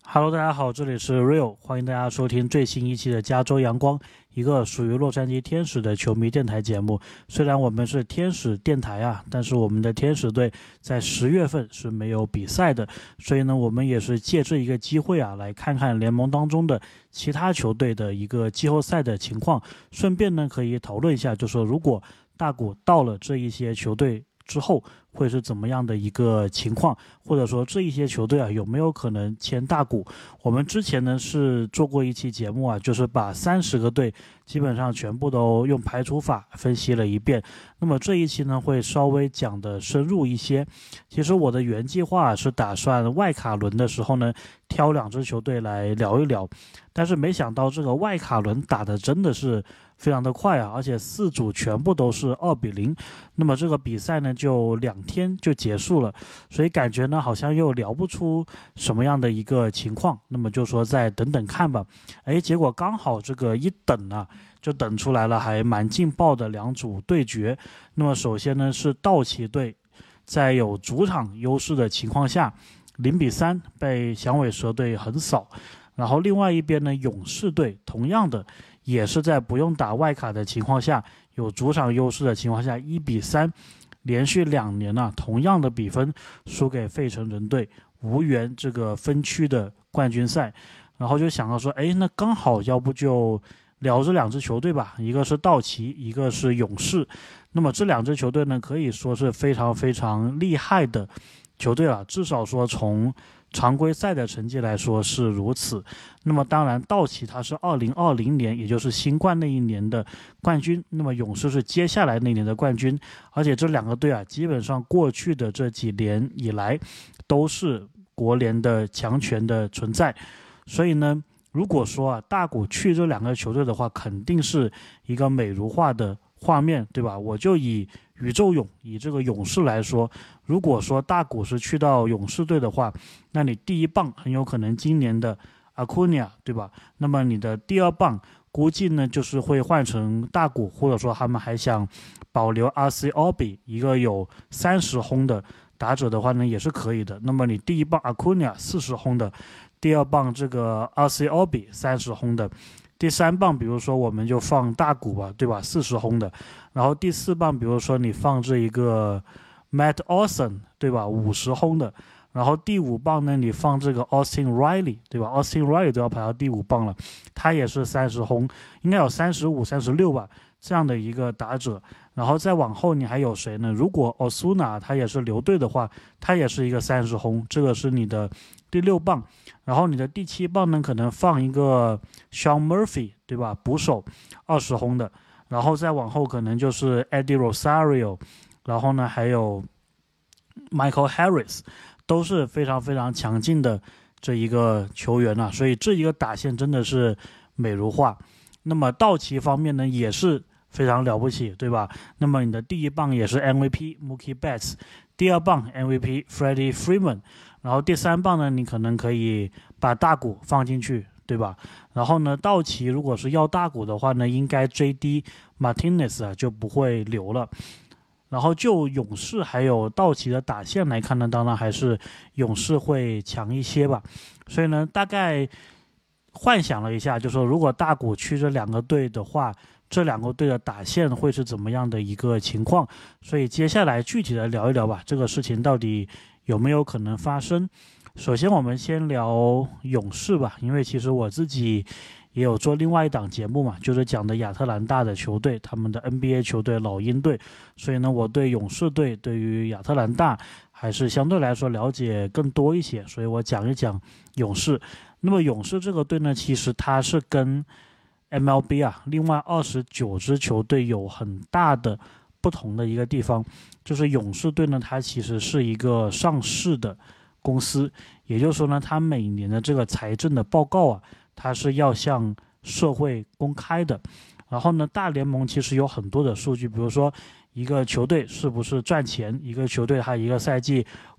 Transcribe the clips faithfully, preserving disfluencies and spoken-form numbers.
Hello，大家好，这里是 Real，欢迎大家收听最新一期的加州阳光，一个属于洛杉矶天使的球迷电台节目。虽然我们是天使电台啊，但是我们的天使队在十月份是没有比赛的，所以呢，我们也是借这一个机会啊，来看看联盟当中的其他球队的一个季后赛的情况，顺便呢可以讨论一下，就说如果大谷到了这一些球队之后会是怎么样的一个情况，或者说这一些球队啊有没有可能签大股？我们之前呢是做过一期节目啊，就是把三十个队基本上全部都用排除法分析了一遍。那么这一期呢会稍微讲的深入一些。其实我的原计划是打算外卡轮的时候呢挑两支球队来聊一聊，但是没想到这个外卡轮打的真的是非常的快啊，而且四组全部都是二比零，那么这个比赛呢就两天就结束了，所以感觉呢好像又聊不出什么样的一个情况，那么就说再等等看吧。哎，结果刚好这个一等啊，就等出来了还蛮劲爆的两组对决。那么首先呢是道奇队在有主场优势的情况下零比三被响尾蛇队横扫，然后另外一边呢勇士队同样的也是在不用打外卡的情况下，有主场优势的情况下一比三连续两年啊同样的比分输给费城人队，无缘这个分区的冠军赛。然后就想到说，哎，那刚好要不就聊这两支球队吧，一个是道奇，一个是勇士。那么这两支球队呢可以说是非常非常厉害的球队了，至少说从常规赛的成绩来说是如此。那么当然道奇它是二零二零年也就是新冠那一年的冠军，那么勇士是接下来那年的冠军，而且这两个队啊基本上过去的这几年以来都是国联的强权的存在。所以呢如果说啊大谷去这两个球队的话，肯定是一个美如画的画面，对吧？我就以宇宙勇以这个勇士来说，如果说大谷是去到勇士队的话，那你第一棒很有可能今年的阿库尼亚，对吧？那么你的第二棒估计呢就是会换成大谷，或者说他们还想保留 R C Obi 一个有三十轰的打者的话呢也是可以的。那么你第一棒阿库尼亚四十轰的，第二棒这个 R C Obi 三十轰的，第三棒比如说我们就放大谷吧，对吧？四十轰的。然后第四棒比如说你放这一个 Matt Olson， 对吧？五十轰的。然后第五棒呢你放这个 Austin Riley， 对吧？ Austin Riley 都要排到第五棒了，他也是三十轰，应该有三十五 三十六吧，这样的一个打者。然后再往后你还有谁呢？如果 Osuna 他也是留队的话，他也是一个三十轰，这个是你的第六棒。然后你的第七棒呢可能放一个 Sean Murphy， 对吧？捕手二十轰的。然后再往后可能就是 Eddie Rosario， 然后呢还有 Michael Harris， 都是非常非常强劲的这一个球员啊，所以这一个打线真的是美如画。那么道奇方面呢也是非常了不起，对吧？那么你的第一棒也是 M V P Mookie Betts， 第二棒 M V P Freddie Freeman， 然后第三棒呢你可能可以把大谷放进去，对吧？然后呢道奇如果是要大谷的话呢，应该 J D Martinez 啊就不会留了。然后就勇士还有道奇的打线来看呢，当然还是勇士会强一些吧。所以呢大概幻想了一下，就说如果大谷去这两个队的话，这两个队的打线会是怎么样的一个情况。所以接下来具体的聊一聊吧，这个事情到底有没有可能发生。首先我们先聊勇士吧，因为其实我自己也有做另外一档节目嘛，就是讲的亚特兰大的球队，他们的 N B A 球队老鹰队，所以呢我对勇士队对于亚特兰大还是相对来说了解更多一些，所以我讲一讲勇士。那么勇士这个队呢，其实它是跟 M L B 啊另外二十九支球队有很大的不同的一个地方，就是勇士队呢它其实是一个上市的公司，也就是说呢它每年的这个财政的报告啊它是要向社会公开的。然后呢大联盟其实有很多的数据，比如说一个球队是不是赚钱，一个球队它一个赛季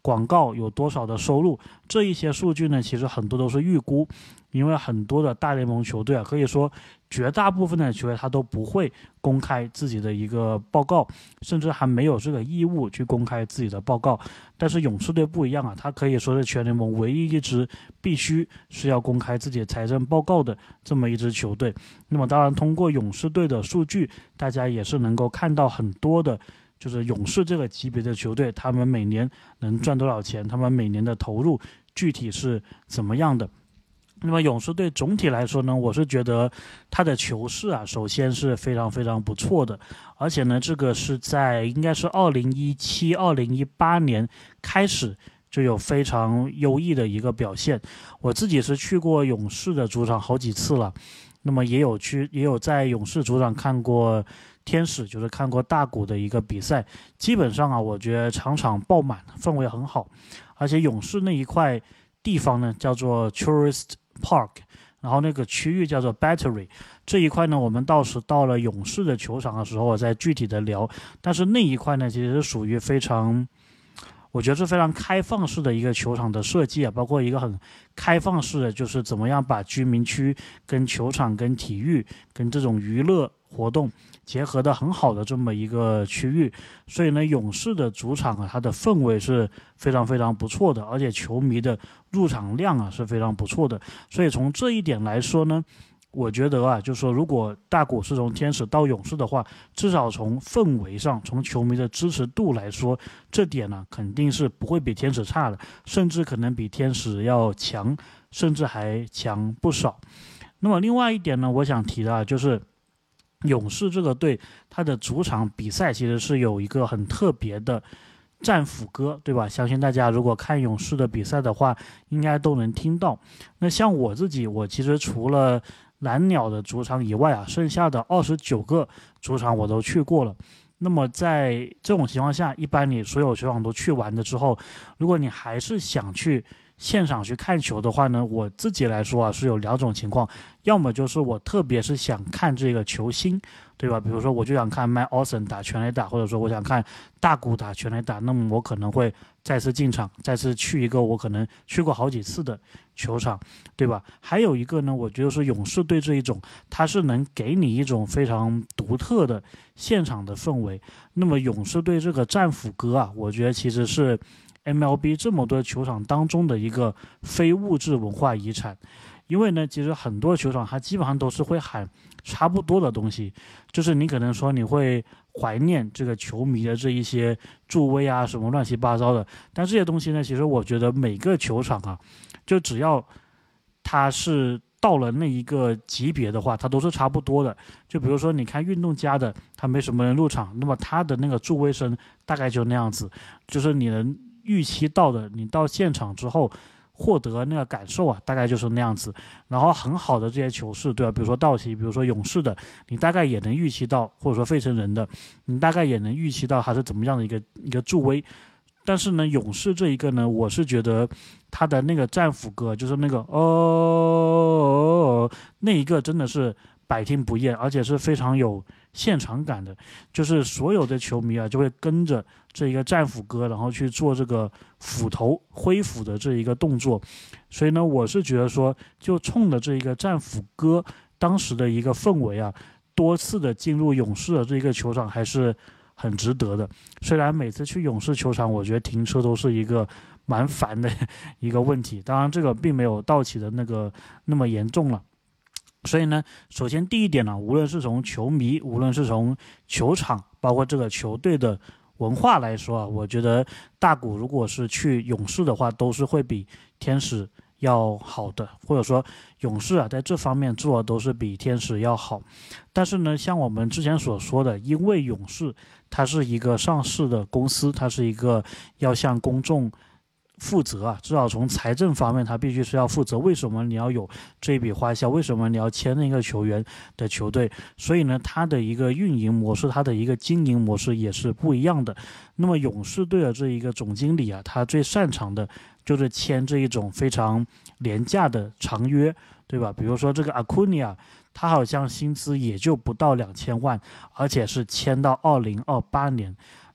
广告有多少的收入，这一些数据呢，其实很多都是预估，因为很多的大联盟球队啊，可以说绝大部分的球队他都不会公开自己的一个报告，甚至还没有这个义务去公开自己的报告。但是勇士队不一样啊，他可以说是全联盟唯一一支必须是要公开自己财政报告的这么一支球队。那么当然通过勇士队的数据，大家也是能够看到很多的就是勇士这个级别的球队，他们每年能赚多少钱，他们每年的投入具体是怎么样的。那么勇士队总体来说呢，我是觉得他的球势啊，首先是非常非常不错的，而且呢，这个是在应该是二零一七、二零一八年开始就有非常优异的一个表现。我自己是去过勇士的主场好几次了，那么也有去也有在勇士主场看过天使，就是看过大谷的一个比赛，基本上啊，我觉得场场爆满，氛围很好，而且勇士那一块地方呢叫做 Tourist Park， 然后那个区域叫做 Battery， 这一块呢，我们到时到了勇士的球场的时候，我再具体的聊。但是那一块呢，其实是属于非常，我觉得是非常开放式的一个球场的设计啊，包括一个很开放式的，就是怎么样把居民区跟球场、跟体育、跟这种娱乐活动结合的很好的这么一个区域。所以呢，勇士的主场啊，它的氛围是非常非常不错的，而且球迷的入场量啊是非常不错的。所以从这一点来说呢，我觉得啊，就是说如果大谷是从天使到勇士的话，至少从氛围上，从球迷的支持度来说，这点呢、啊、肯定是不会比天使差的，甚至可能比天使要强，甚至还强不少。那么另外一点呢，我想提的啊，就是勇士这个队，他的主场比赛其实是有一个很特别的战斧歌，对吧？相信大家如果看勇士的比赛的话，应该都能听到。那像我自己，我其实除了蓝鸟的主场以外啊，剩下的二十九个主场我都去过了。那么在这种情况下，一般你所有球场都去完了之后，如果你还是想去现场去看球的话呢，我自己来说啊是有两种情况，要么就是我特别是想看这个球星，对吧？比如说我就想看 Matt Olson 打全垒打，或者说我想看大谷打全垒打，那么我可能会再次进场，再次去一个我可能去过好几次的球场，对吧？还有一个呢，我觉得是勇士队这一种，它是能给你一种非常独特的现场的氛围。那么勇士队这个战斧歌啊，我觉得其实是M L B 这么多球场当中的一个非物质文化遗产。因为呢，其实很多球场它基本上都是会喊差不多的东西，就是你可能说你会怀念这个球迷的这一些助威啊什么乱七八糟的，但这些东西呢，其实我觉得每个球场啊，就只要它是到了那一个级别的话，它都是差不多的。就比如说你看运动家的，他没什么人入场，那么他的那个助威声大概就那样子，就是你能预期到的，你到现场之后获得那个感受啊，大概就是那样子。然后很好的这些球市，对吧？比如说道奇，比如说勇士的，你大概也能预期到，或者说费城人的，你大概也能预期到它是怎么样的一个一个助威。但是呢，勇士这一个呢，我是觉得他的那个战斧歌，就是那个哦哦哦，那一个真的是百听不厌，而且是非常有现场感的，就是所有的球迷啊就会跟着这一个战斧歌，然后去做这个斧头挥斧的这一个动作。所以呢，我是觉得说，就冲着这一个战斧歌当时的一个氛围啊，多次的进入勇士的这一个球场还是很值得的。虽然每次去勇士球场，我觉得停车都是一个蛮烦的一个问题，当然这个并没有道奇的那个那么严重了。所以呢，首先第一点呢，无论是从球迷，无论是从球场，包括这个球队的文化来说啊，我觉得大谷如果是去勇士的话，都是会比天使要好的，或者说勇士啊在这方面做的都是比天使要好。但是呢，像我们之前所说的，因为勇士它是一个上市的公司，它是一个要向公众负责啊，至少从财政方面，他必须是要负责。为什么你要有这一笔花销？为什么你要签那个球员的球队？所以呢，他的一个运营模式，他的一个经营模式也是不一样的。那么勇士队的这一个总经理啊，他最擅长的就是签这一种非常廉价的长约，对吧？比如说这个阿库尼亚，他好像薪资也就不到两千万，而且是签到二零二八年。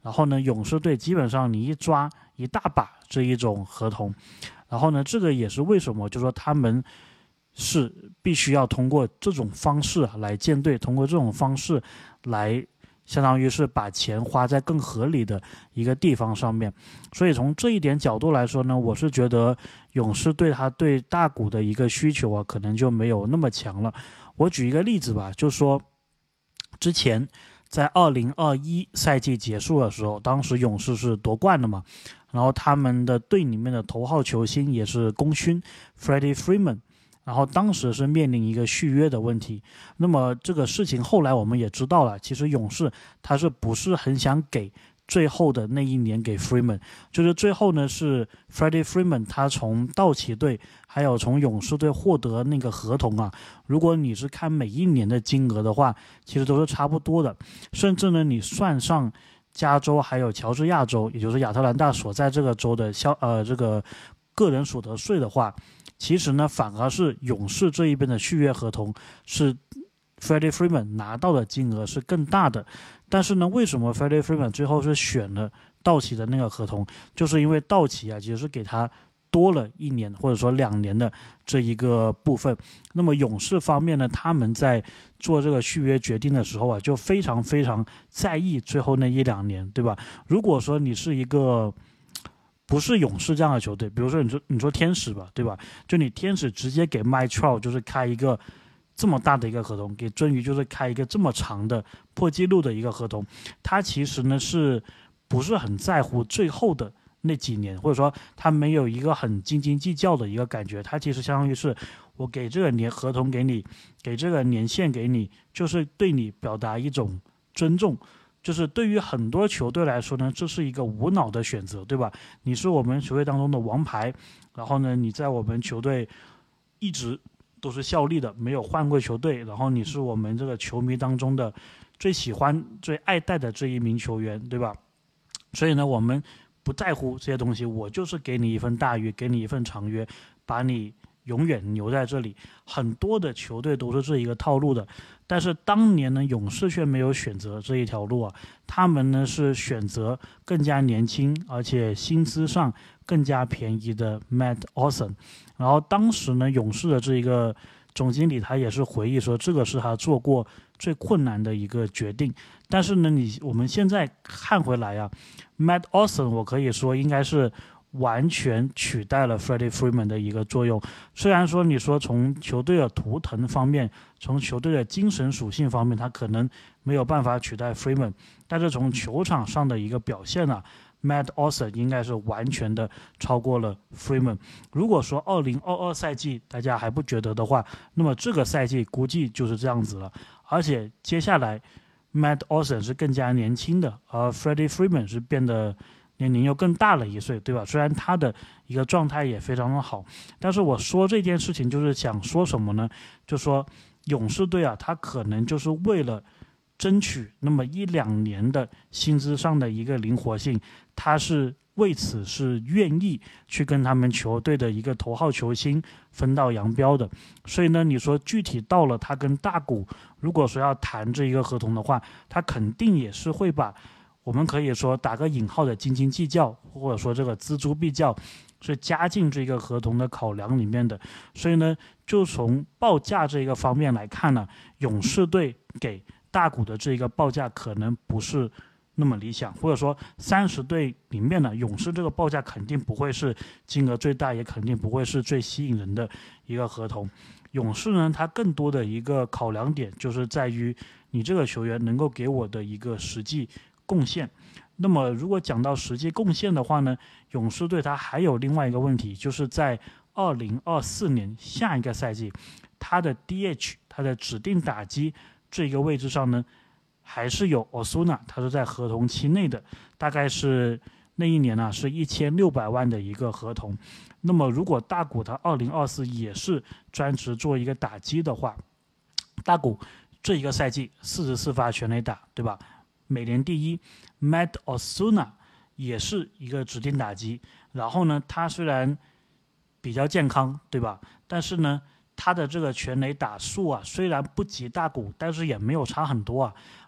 然后呢，勇士队基本上你一抓一大把这一种合同，然后呢，这个也是为什么就说他们是必须要通过这种方式来建队，通过这种方式来相当于是把钱花在更合理的一个地方上面。所以从这一点角度来说呢，我是觉得勇士队他对大股的一个需求啊，可能就没有那么强了。我举一个例子吧，就说之前在二零二一赛季结束的时候，当时勇士是夺冠的嘛，然后他们的队里面的头号球星也是功勋 Freddie Freeman， 然后当时是面临一个续约的问题。那么这个事情后来我们也知道了，其实勇士他是不是很想给最后的那一年给 Freeman， 就是最后呢是 Freddie Freeman 他从道奇队还有从勇士队获得那个合同啊，如果你是看每一年的金额的话，其实都是差不多的，甚至呢你算上加州还有乔治亚州，也就是亚特兰大所在这个州的消呃这个个人所得税的话，其实呢反而是勇士这一边的续约合同是Freddie Freeman 拿到的金额是更大的。但是呢，为什么 Freddie Freeman 最后是选了道奇的那个合同？就是因为道奇啊，其实是给他多了一年或者说两年的这一个部分。那么勇士方面呢，他们在做这个续约决定的时候啊，就非常非常在意最后那一两年，对吧？如果说你是一个不是勇士这样的球队，比如说你说你说天使吧，对吧？就你天使直接给 Mike Trout 就是开一个这么大的一个合同，给鳟鱼就是开一个这么长的破纪录的一个合同，他其实呢是不是很在乎最后的那几年，或者说他没有一个很斤斤计较的一个感觉，他其实相当于是我给这个年合同给你，给这个年限给你，就是对你表达一种尊重。就是对于很多球队来说呢，这是一个无脑的选择，对吧？你是我们球队当中的王牌，然后呢，你在我们球队一直都是效力的，没有换过球队，然后你是我们这个球迷当中的最喜欢最爱戴的这一名球员，对吧？所以呢，我们不在乎这些东西，我就是给你一份大约，给你一份长约，把你永远留在这里。很多的球队都是这一个套路的，但是当年呢，勇士却没有选择这一条路啊，他们呢是选择更加年轻而且薪资上更加便宜的 Matt Olson。然后当时呢，勇士的这一个总经理他也是回忆说，这个是他做过最困难的一个决定。但是呢，你我们现在看回来啊 ，Matt Olson 我可以说应该是完全取代了 Freddie Freeman 的一个作用。虽然说你说从球队的图腾方面，从球队的精神属性方面，他可能没有办法取代 Freeman， 但是从球场上的一个表现啊，Matt Olson 应该是完全的超过了 Freeman。如果说二零二二赛季大家还不觉得的话，那么这个赛季估计就是这样子了。而且接下来 Matt Olson 是更加年轻的，而 Freddie Freeman 是变得年龄又更大了一岁，对吧？虽然他的一个状态也非常的好，但是我说这件事情就是想说什么呢？就说勇士队啊，他可能就是为了争取那么一两年的薪资上的一个灵活性，他是为此是愿意去跟他们球队的一个头号球星分道扬镳的。所以呢，你说具体到了他跟大谷如果说要谈这一个合同的话，他肯定也是会把我们可以说打个引号的斤斤计较，或者说这个锱铢必较是加进这个合同的考量里面的。所以呢，就从报价这一个方面来看呢，勇士队给大谷的这一个报价可能不是那么理想，或者说三十队里面呢，勇士这个报价肯定不会是金额最大，也肯定不会是最吸引人的一个合同。勇士呢，它更多的一个考量点就是在于你这个球员能够给我的一个实际贡献。那么如果讲到实际贡献的话呢，勇士队它还有另外一个问题，就是在二零二四年下一个赛季，它的 D H 它的指定打击这一个位置上呢，还是有 Osuna， 他是在合同期内的，大概是那一年呢、啊、是一千六百万的一个合同。那么如果大谷他二零二四也是专职做一个打击的话，大谷这一个赛季四十四发全垒打，对吧？美联第一。 Matt Osuna 也是一个指定打击，然后呢，他虽然比较健康，对吧？但是呢，他的这个全垒打数啊，虽然不及大谷，但是也没有差很多啊。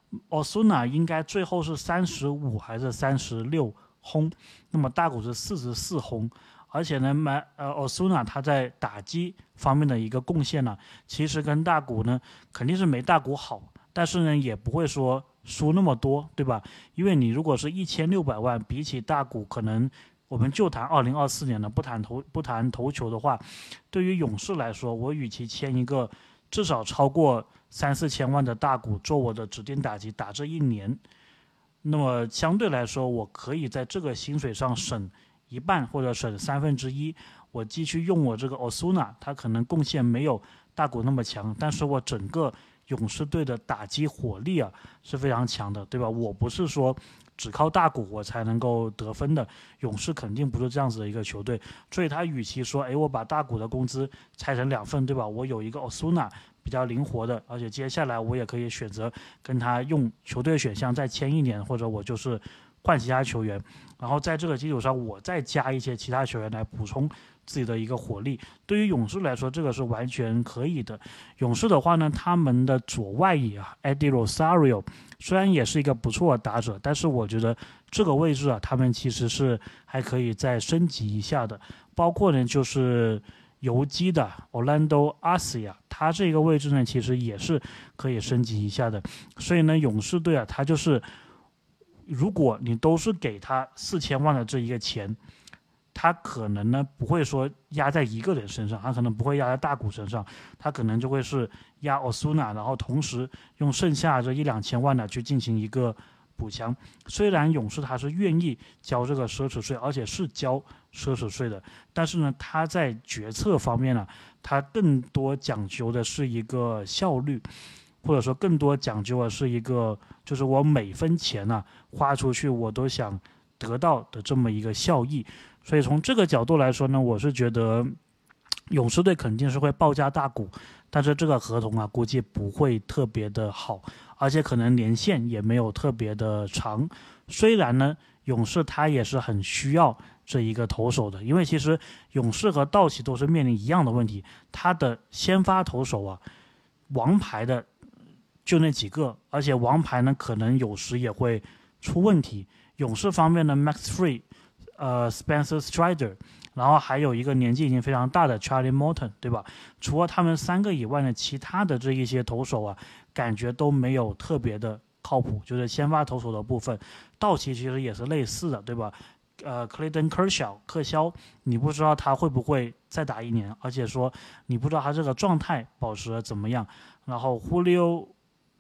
奥苏纳应该最后是三十五还是三十六轰，那么大谷是四十四轰。而且呢，买呃奥苏纳他在打击方面的一个贡献呢，其实跟大谷呢肯定是没大谷好，但是呢也不会说输那么多，对吧？因为你如果是一千六百万，比起大谷，可能我们就谈二零二四年的，不谈投不谈投球的话，对于勇士来说，我与其签一个至少超过三四千万的大谷做我的指定打击打这一年，那么相对来说，我可以在这个薪水上省一半或者省三分之一，我继续用我这个 Osuna， 他可能贡献没有大谷那么强，但是我整个勇士队的打击火力啊是非常强的，对吧？我不是说只靠大谷我才能够得分的，勇士肯定不是这样子的一个球队，所以他与其说，哎，我把大谷的工资拆成两份，对吧？我有一个 Osuna 比较灵活的，而且接下来我也可以选择跟他用球队选项再签一年，或者我就是换其他球员，然后在这个基础上我再加一些其他球员来补充自己的一个火力。对于勇士来说，这个是完全可以的。勇士的话呢，他们的左外野啊 Eddie Rosario 虽然也是一个不错的打者，但是我觉得这个位置啊，他们其实是还可以再升级一下的。包括呢就是游击的 Orlando Arcia， 他这个位置呢其实也是可以升级一下的。所以呢，勇士队啊，他就是如果你都是给他四千万的这一个钱，他可能呢不会说压在一个人身上，他可能不会压在大谷身上，他可能就会是压 Osuna， 然后同时用剩下这一两千万呢去进行一个补强。虽然勇士他是愿意交这个奢侈税，而且是交奢侈税的，但是呢，他在决策方面呢，他更多讲究的是一个效率。或者说更多讲究的是一个，就是我每分钱呢、啊、花出去，我都想得到的这么一个效益。所以从这个角度来说呢，我是觉得勇士队肯定是会报价大谷，但是这个合同啊，估计不会特别的好，而且可能年限也没有特别的长。虽然呢，勇士他也是很需要这一个投手的，因为其实勇士和道奇都是面临一样的问题，他的先发投手啊，王牌的就那几个，而且王牌呢可能有时也会出问题。勇士方面呢 ，Max Fried， 呃 ，Spencer Strider， 然后还有一个年纪已经非常大的 Charlie Morton， 对吧？除了他们三个以外呢，其他的这一些投手啊，感觉都没有特别的靠谱。就是先发投手的部分，道奇其实也是类似的，对吧？呃 ，Clayton Kershaw 克肖，你不知道他会不会再打一年，而且说你不知道他这个状态保持的怎么样。然后 Julio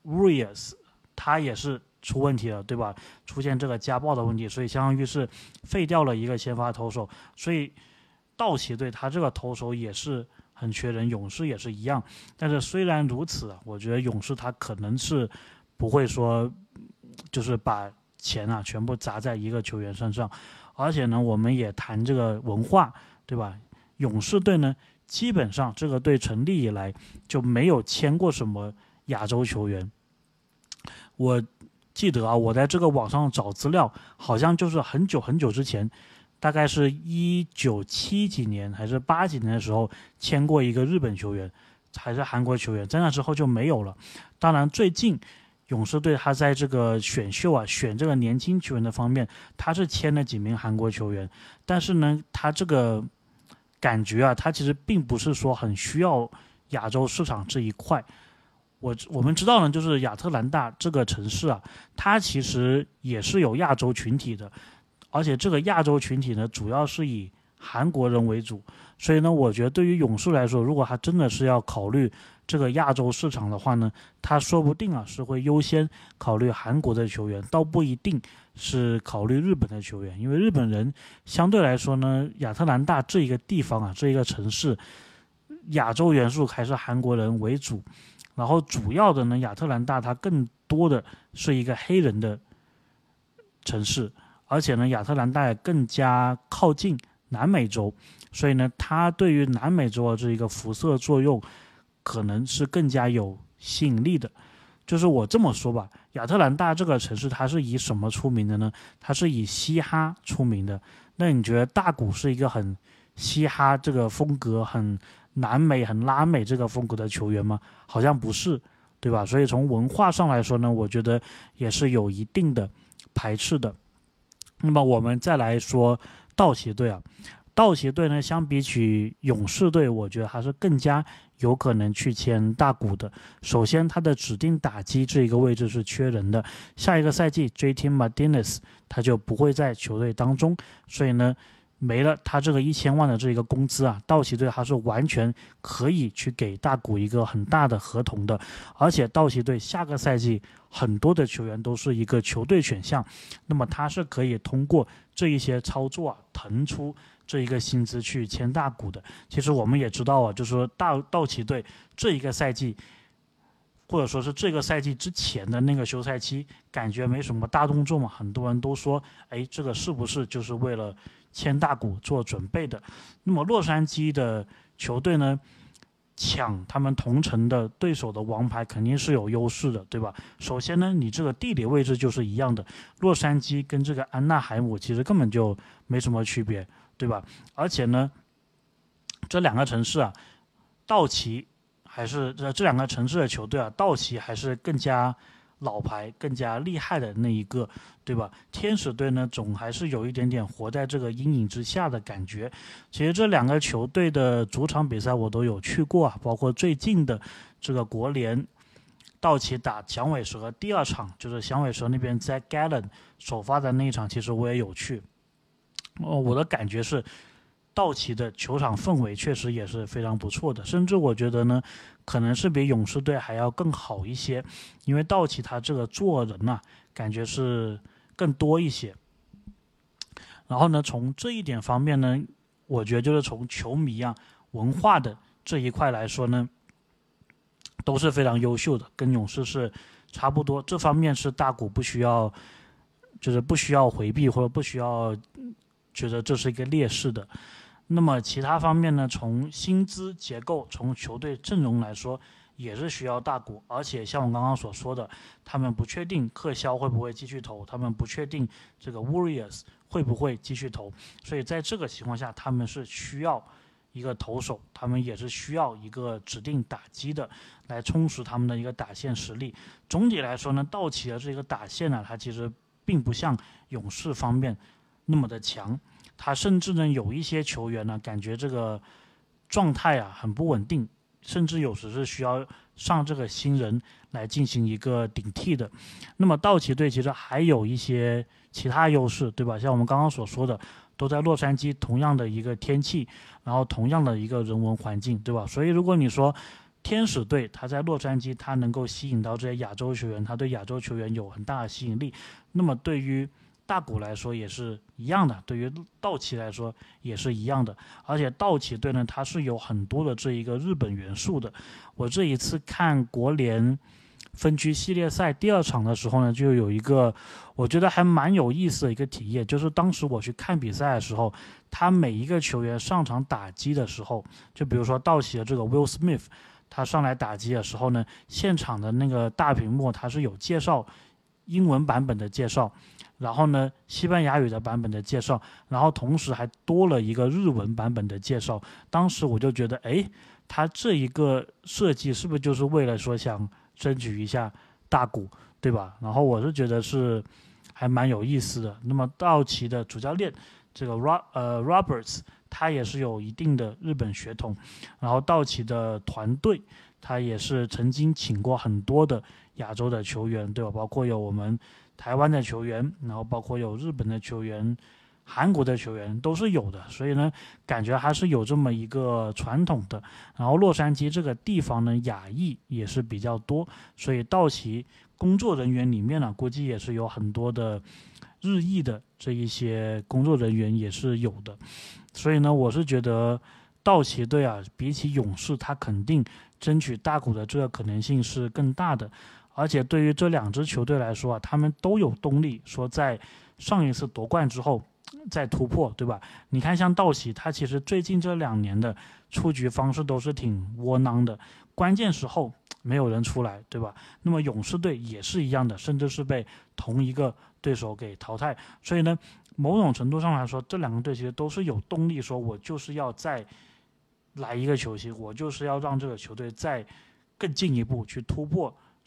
Urias 他也是出问题了，对吧？出现这个家暴的问题，所以相当于是废掉了一个先发投手。所以道奇队他这个投手也是很缺人，勇士也是一样。但是虽然如此，我觉得勇士他可能是不会说就是把钱啊全部砸在一个球员身上。而且呢，我们也谈这个文化，对吧？勇士队呢，基本上这个队成立以来就没有签过什么亚洲球员。我记得啊，我在这个网上找资料，好像就是很久很久之前，大概是一九七几年还是八几年的时候签过一个日本球员，还是韩国球员，在那之后就没有了。当然，最近勇士队他在这个选秀啊，选这个年轻球员的方面，他是签了几名韩国球员，但是呢，他这个感觉啊，他其实并不是说很需要亚洲市场这一块。我我们知道呢，就是亚特兰大这个城市啊，它其实也是有亚洲群体的，而且这个亚洲群体呢，主要是以韩国人为主。所以呢，我觉得对于勇士来说，如果他真的是要考虑这个亚洲市场的话呢，他说不定啊是会优先考虑韩国的球员，倒不一定是考虑日本的球员，因为日本人相对来说呢，亚特兰大这一个地方啊，这一个城市，亚洲元素还是韩国人为主。然后主要的呢，亚特兰大它更多的是一个黑人的城市，而且呢，亚特兰大也更加靠近南美洲，所以呢，它对于南美洲的这一个辐射作用，可能是更加有吸引力的。就是我这么说吧，亚特兰大这个城市它是以什么出名的呢？它是以嘻哈出名的。那你觉得大谷是一个很嘻哈这个风格很南美很拉美这个风格的球员吗？好像不是。 对吧？所以从文化上来说呢，我觉得也是有一定的排斥的。那么我们再来说道奇队啊，道奇队呢，相比起勇士队，我觉得还是更加有可能去签大谷的。首先，他的指定打击这一个位置是缺人的，下一个赛季 J T Martinez 他就不会在球队当中，所以呢，没了他这个一千万的这个工资啊，道奇队还是完全可以去给大谷一个很大的合同的。而且道奇队下个赛季很多的球员都是一个球队选项，那么他是可以通过这一些操作啊，腾出这一个薪资去签大谷的。其实我们也知道啊，就是说大道奇队这一个赛季，或者说是这个赛季之前的那个休赛期，感觉没什么大动作嘛，很多人都说，哎，这个是不是就是为了签大谷做准备的？那么洛杉矶的球队呢，抢他们同城的对手的王牌肯定是有优势的，对吧？首先呢，你这个地理位置就是一样的，洛杉矶跟这个安纳海姆其实根本就没什么区别，对吧？而且呢，这两个城市啊，道奇还是这这两个城市的球队啊，道奇还是更加老牌、更加厉害的那一个，对吧？天使队呢，总还是有一点点活在这个阴影之下的感觉。其实这两个球队的主场比赛我都有去过啊，包括最近的这个国联，道奇打响尾蛇第二场，就是响尾蛇那边在 Gallen 首发的那一场，其实我也有去。哦，我的感觉是，道奇的球场氛围确实也是非常不错的，甚至我觉得呢，可能是比勇士队还要更好一些，因为道奇他这个做人呐、啊，感觉是更多一些。然后呢，从这一点方面呢，我觉得就是从球迷啊文化的这一块来说呢，都是非常优秀的，跟勇士是差不多。这方面是大谷不需要，就是不需要回避或者不需要觉得这是一个劣势的。那么其他方面呢，从薪资结构、从球队阵容来说，也是需要大谷。而且像我刚刚所说的，他们不确定克肖会不会继续投，他们不确定这个 Warriors 会不会继续投，所以在这个情况下，他们是需要一个投手，他们也是需要一个指定打击的，来充实他们的一个打线实力。总体来说呢，道奇的这个打线呢，它其实并不像勇士方面那么的强。他甚至呢有一些球员呢，感觉这个状态啊很不稳定，甚至有时是需要上这个新人来进行一个顶替的。那么道奇队其实还有一些其他优势，对吧？像我们刚刚所说的，都在洛杉矶同样的一个天气，然后同样的一个人文环境，对吧？所以如果你说天使队他在洛杉矶，他能够吸引到这些亚洲球员，他对亚洲球员有很大的吸引力，那么对于大谷来说也是一样的，对于道奇来说也是一样的。而且道奇队呢，它是有很多的这一个日本元素的。我这一次看国联分区系列赛第二场的时候呢，就有一个我觉得还蛮有意思的一个体验，就是当时我去看比赛的时候，他每一个球员上场打击的时候，就比如说道奇的这个 Will Smith， 他上来打击的时候呢，现场的那个大屏幕它是有介绍英文版本的介绍，然后呢，西班牙语的版本的介绍，然后同时还多了一个日文版本的介绍。当时我就觉得，哎，他这一个设计是不是就是为了说想争取一下大谷，对吧？然后我是觉得是还蛮有意思的。那么道奇的主教练这个 Rob 呃 Roberts， 他也是有一定的日本血统，然后道奇的团队他也是曾经请过很多的亚洲的球员，对吧？包括有我们台湾的球员，然后包括有日本的球员、韩国的球员都是有的，所以呢，感觉还是有这么一个传统的。然后洛杉矶这个地方呢，亚裔也是比较多，所以道奇工作人员里面呢，估计也是有很多的日裔的这一些工作人员也是有的。所以呢，我是觉得道奇队啊，比起勇士，他肯定争取大谷的这个可能性是更大的。而且对于这两支球队来说啊，他们都有动力说在上一次夺冠之后再突破，对吧？你看像道奇，他其实最近这两年的出局方式都是挺窝囊的，关键时候没有人出来，对吧？那么勇士队也是一样的，甚至是被同一个对手给淘汰。所以呢，某种程度上来说，这两个队其实都是有动力，说我就是要再来一个球星，我就是要让这个球队再更进一步去突破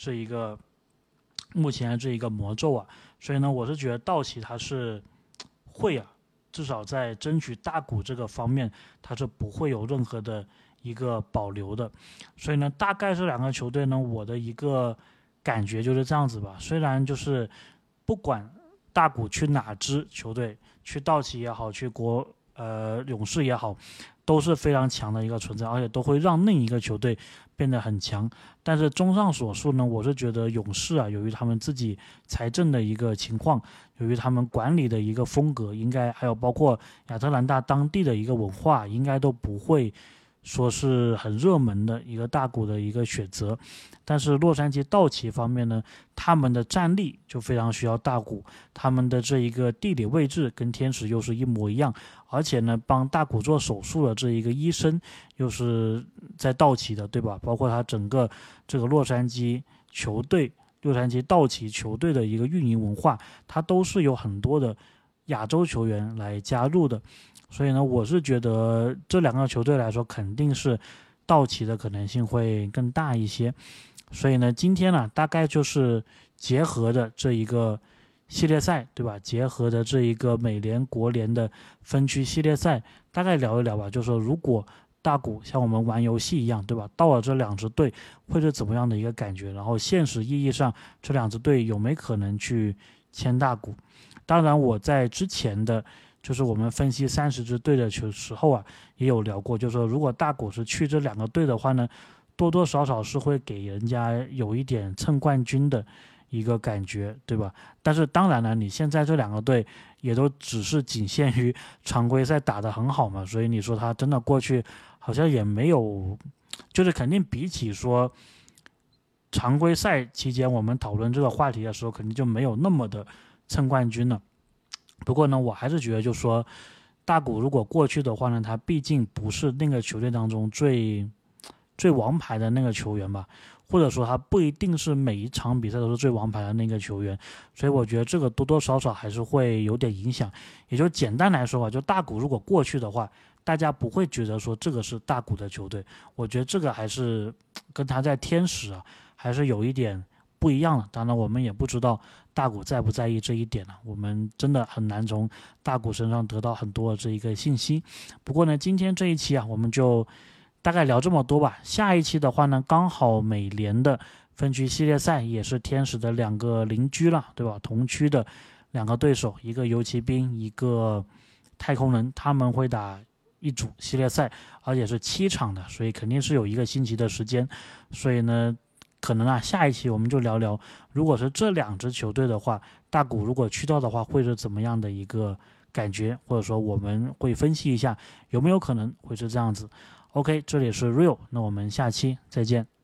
这一个目前这一个魔咒啊，所以呢，我是觉得道奇他是会啊，至少在争取大谷这个方面，他是不会有任何的一个保留的。所以呢，大概这两个球队呢，我的一个感觉就是这样子吧。虽然就是不管大谷去哪支球队，去道奇也好，去国呃勇士也好，都是非常强的一个存在，而且都会让另一个球队变得很强。但是综上所述呢，我是觉得勇士啊，由于他们自己财政的一个情况，由于他们管理的一个风格，应该还有包括亚特兰大当地的一个文化，应该都不会说是很热门的一个大股的一个选择。但是洛杉矶道奇方面呢，他们的战力就非常需要大股，他们的这一个地理位置跟天使又是一模一样，而且呢，帮大股做手术的这一个医生又是在道奇的，对吧？包括他整个这个洛杉矶球队，洛杉矶道奇球队的一个运营文化，它都是有很多的亚洲球员来加入的。所以呢，我是觉得这两个球队来说，肯定是道奇的可能性会更大一些。所以呢，今天呢，大概就是结合的这一个系列赛，对吧？结合的这一个美联、国联的分区系列赛，大概聊一聊吧。就是说，如果大股像我们玩游戏一样，对吧？到了这两支队会是怎么样的一个感觉？然后现实意义上，这两支队有没有可能去签大股？当然，我在之前的就是我们分析三十支队的球时候啊，也有聊过，就是说如果大股是去这两个队的话呢，多多少少是会给人家有一点蹭冠军的一个感觉，对吧？但是当然了，你现在这两个队也都只是仅限于常规赛打得很好嘛，所以你说他真的过去好像也没有，就是肯定比起说常规赛期间我们讨论这个话题的时候，肯定就没有那么的蹭冠军了。不过呢，我还是觉得，就说大谷如果过去的话呢，他毕竟不是那个球队当中最最王牌的那个球员吧，或者说他不一定是每一场比赛都是最王牌的那个球员，所以我觉得这个多多少少还是会有点影响。也就简单来说吧，就大谷如果过去的话，大家不会觉得说这个是大谷的球队，我觉得这个还是跟他在天使啊还是有一点不一样的。当然我们也不知道大谷在不在意这一点呢、啊，我们真的很难从大谷身上得到很多的这一个信息。不过呢，今天这一期啊，我们就大概聊这么多吧。下一期的话呢，刚好美联的分区系列赛也是天使的两个邻居了，对吧？同区的两个对手，一个游骑兵，一个太空人，他们会打一组系列赛，而且是七场的，所以肯定是有一个星期的时间。所以呢，可能啊，下一期我们就聊聊，如果是这两支球队的话，大谷如果去到的话，会是怎么样的一个感觉，或者说我们会分析一下有没有可能会是这样子。OK， 这里是 Real， 那我们下期再见。